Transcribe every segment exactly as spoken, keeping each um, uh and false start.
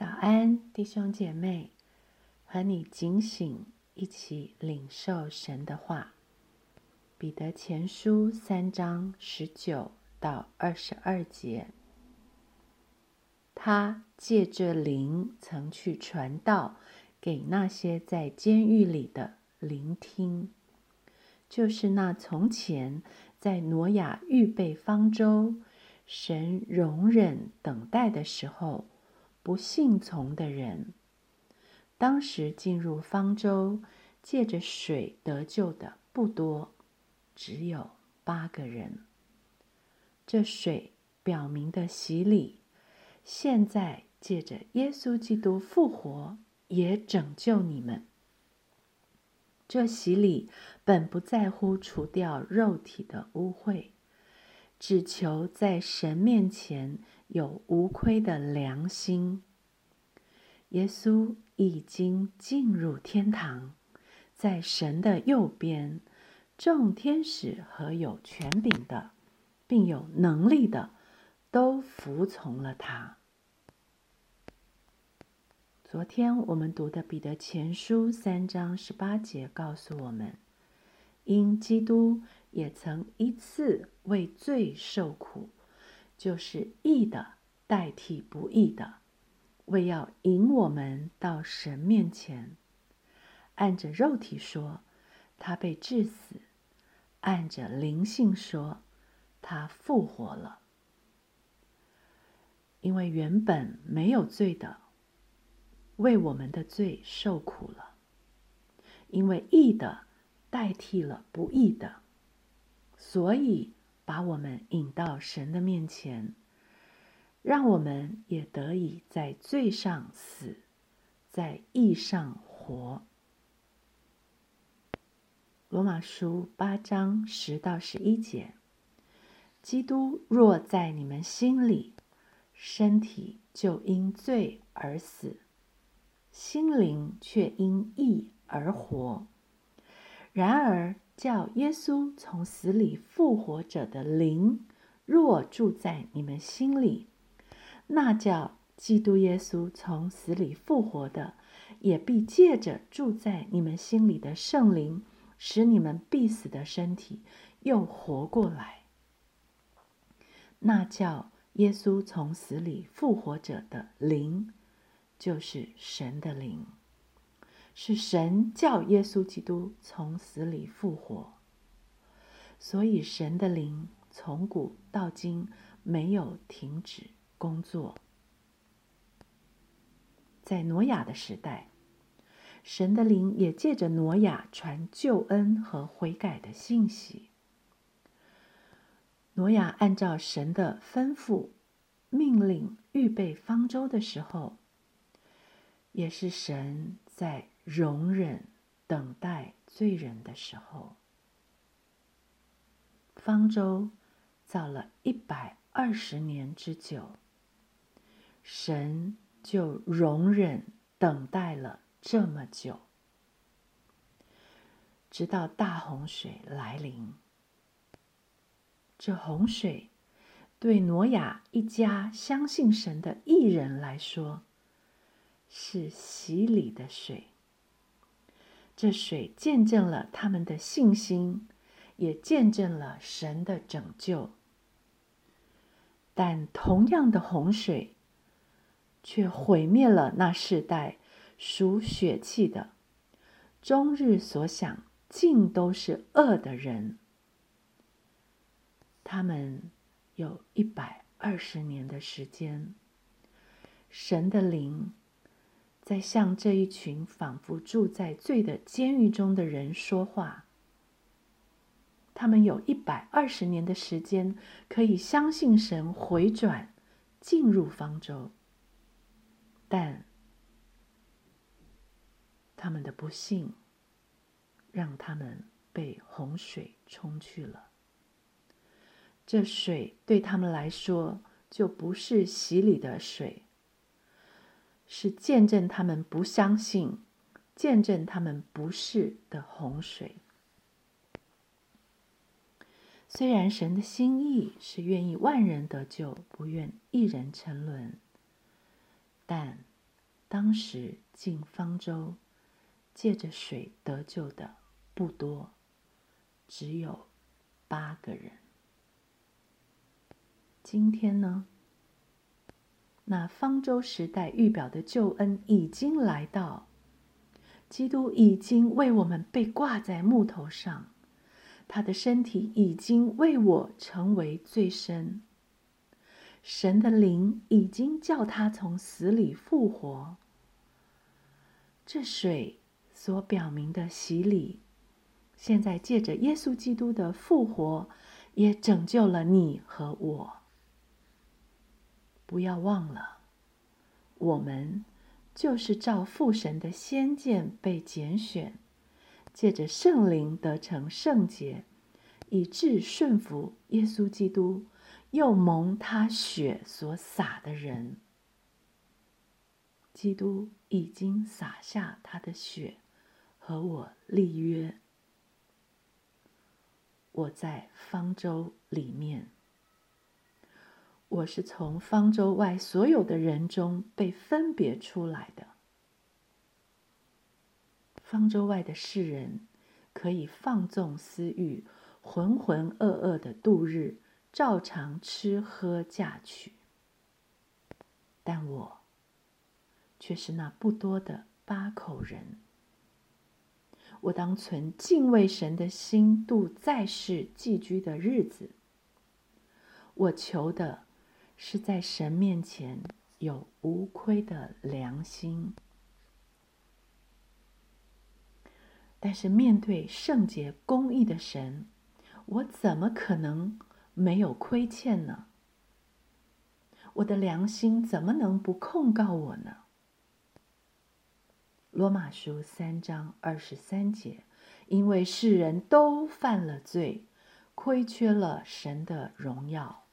早安，弟兄姐妹，和你警醒，一起领受神的话。彼得前书三章十九到二十二节，他借着灵曾去传道给那些在监狱里的聆听，就是那从前在挪亚预备方舟，神容忍等待的时候不信从的人。当时进入方舟借着水得救的不多，只有八个人。这水表明的洗礼，现在借着耶稣基督复活，也拯救你们。这洗礼本不在乎除掉肉体的污秽，只求在神面前有无亏的良心。耶稣已经进入天堂，在神的右边，众天使和有权柄的，并有能力的，都服从了他。昨天我们读的彼得前书三章十八节告诉我们，因基督也曾一次为罪受苦，就是义的代替不义的，为要引我们到神面前。按着肉体说，他被治死；按着灵性说，他复活了。因为原本没有罪的，为我们的罪受苦了；因为义的代替了不义的，所以把我们引到神的面前，让我们也得以在罪上死，在义上活。罗马书八章十到十一节，基督若在你们心里，身体就因罪而死，心灵却因义而活。然而叫耶稣从死里复活者的灵若住在你们心里，那叫基督耶稣从死里复活的，也必借着住在你们心里的圣灵，使你们必死的身体又活过来。那叫耶稣从死里复活者的灵，就是神的灵，是神叫耶稣基督从死里复活。所以神的灵从古到今没有停止工作。在挪亚的时代，神的灵也借着挪亚传救恩和悔改的信息。挪亚按照神的吩咐命令预备方舟的时候，也是神在容忍等待罪人的时候。方舟造了一百二十年之久，神就容忍等待了这么久，直到大洪水来临。这洪水对挪亚一家相信神的义人来说，是洗礼的水。这水见证了他们的信心，也见证了神的拯救。但同样的洪水却毁灭了那世代属血气的，终日所想尽都是恶的人。他们有一百二十年的时间，神的灵在向这一群仿佛住在罪的监狱中的人说话。他们有一百二十年的时间，可以相信神回转，进入方舟，但他们的不信，让他们被洪水冲去了。这水对他们来说，就不是洗礼的水，是见证他们不相信、见证他们不是的洪水。虽然神的心意是愿意万人得救，不愿一人沉沦，但当时进方舟借着水得救的不多，只有八个人。今天呢，那方舟时代预表的救恩已经来到，基督已经为我们被挂在木头上，他的身体已经为我成为罪身，神的灵已经叫他从死里复活。这水所表明的洗礼，现在借着耶稣基督的复活，也拯救了你和我。不要忘了，我们就是照父神的先见被拣选，借着圣灵得成圣洁，以致顺服耶稣基督，又蒙他血所洒的人。基督已经洒下他的血，和我立约。我在方舟里面，我是从方舟外所有的人中被分别出来的。方舟外的世人可以放纵私欲，浑浑噩噩的度日，照常吃喝嫁娶。但我却是那不多的八口人。我当存敬畏神的心度在世寄居的日子。我求的是在神面前有无亏的良心。但是面对圣洁公义的神，我怎么可能没有亏欠呢？我的良心怎么能不控告我呢？罗马书三章二十三节，因为世人都犯了罪，亏缺了神的荣耀。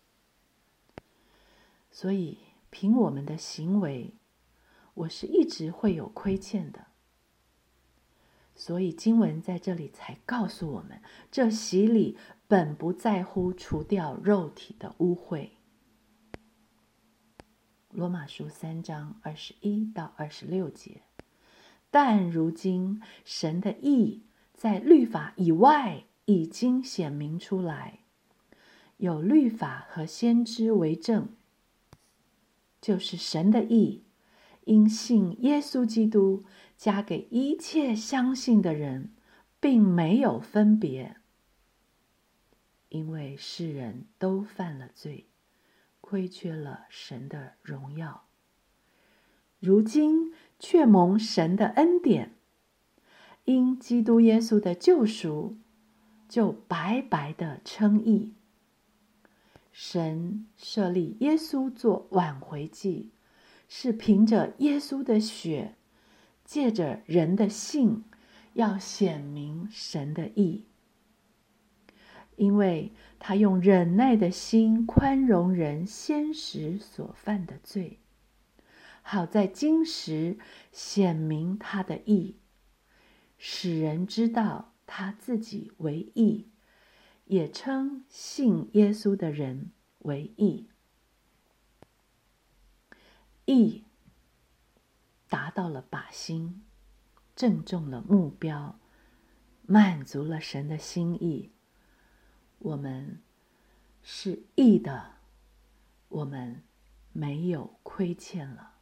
所以凭我们的行为，我是一直会有亏欠的。所以经文在这里才告诉我们，这洗礼本不在乎除掉肉体的污秽。罗马书三章二十一到二十六节，但如今神的义在律法以外已经显明出来，有律法和先知为证，就是神的义，因信耶稣基督，加给一切相信的人，并没有分别。因为世人都犯了罪，亏缺了神的荣耀，如今却蒙神的恩典，因基督耶稣的救赎，就白白的称义。神设立耶稣做挽回祭，是凭着耶稣的血，借着人的信，要显明神的义。因为他用忍耐的心宽容人先时所犯的罪，好在今时显明他的义，使人知道他自己为义，也称信耶稣的人为义。义达到了靶心，正中了目标，满足了神的心意。我们是义的，我们没有亏欠了。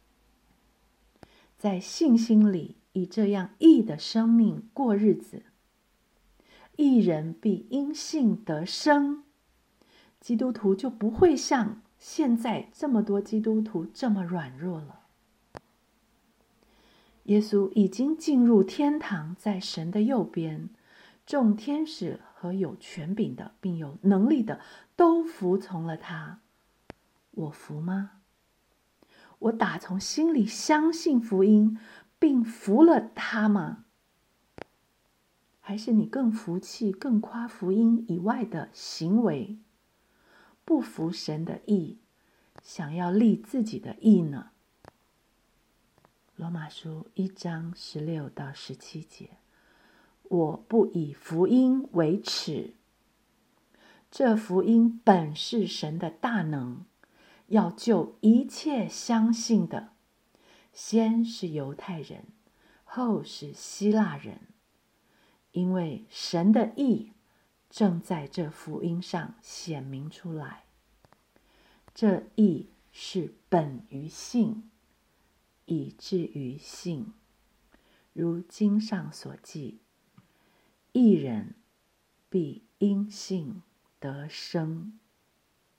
在信心里以这样义的生命过日子，义人必因信得生，基督徒就不会像现在这么多基督徒这么软弱了。耶稣已经进入天堂，在神的右边，众天使和有权柄的并有能力的都服从了他。我服吗？我打从心里相信福音，并服了他吗？还是你更服气，更夸福音以外的行为，不服神的义，想要立自己的义呢？罗马书一章十六到十七节，我不以福音为耻，这福音本是神的大能，要救一切相信的， 先是犹太人，后是希腊人，因为神的义正在这福音上显明出来。这义是本于信，以至于信。如经上所记，义人必因信得生。